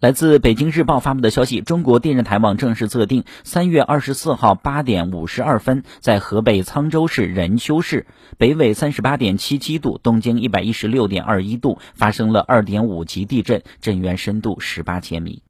来自北京日报发布的消息，中国电视台网正式测定，3月24号8点52分，在河北沧州市任丘市北纬38.77度、东经116.21度发生了2.5级地震，震源深度18千米。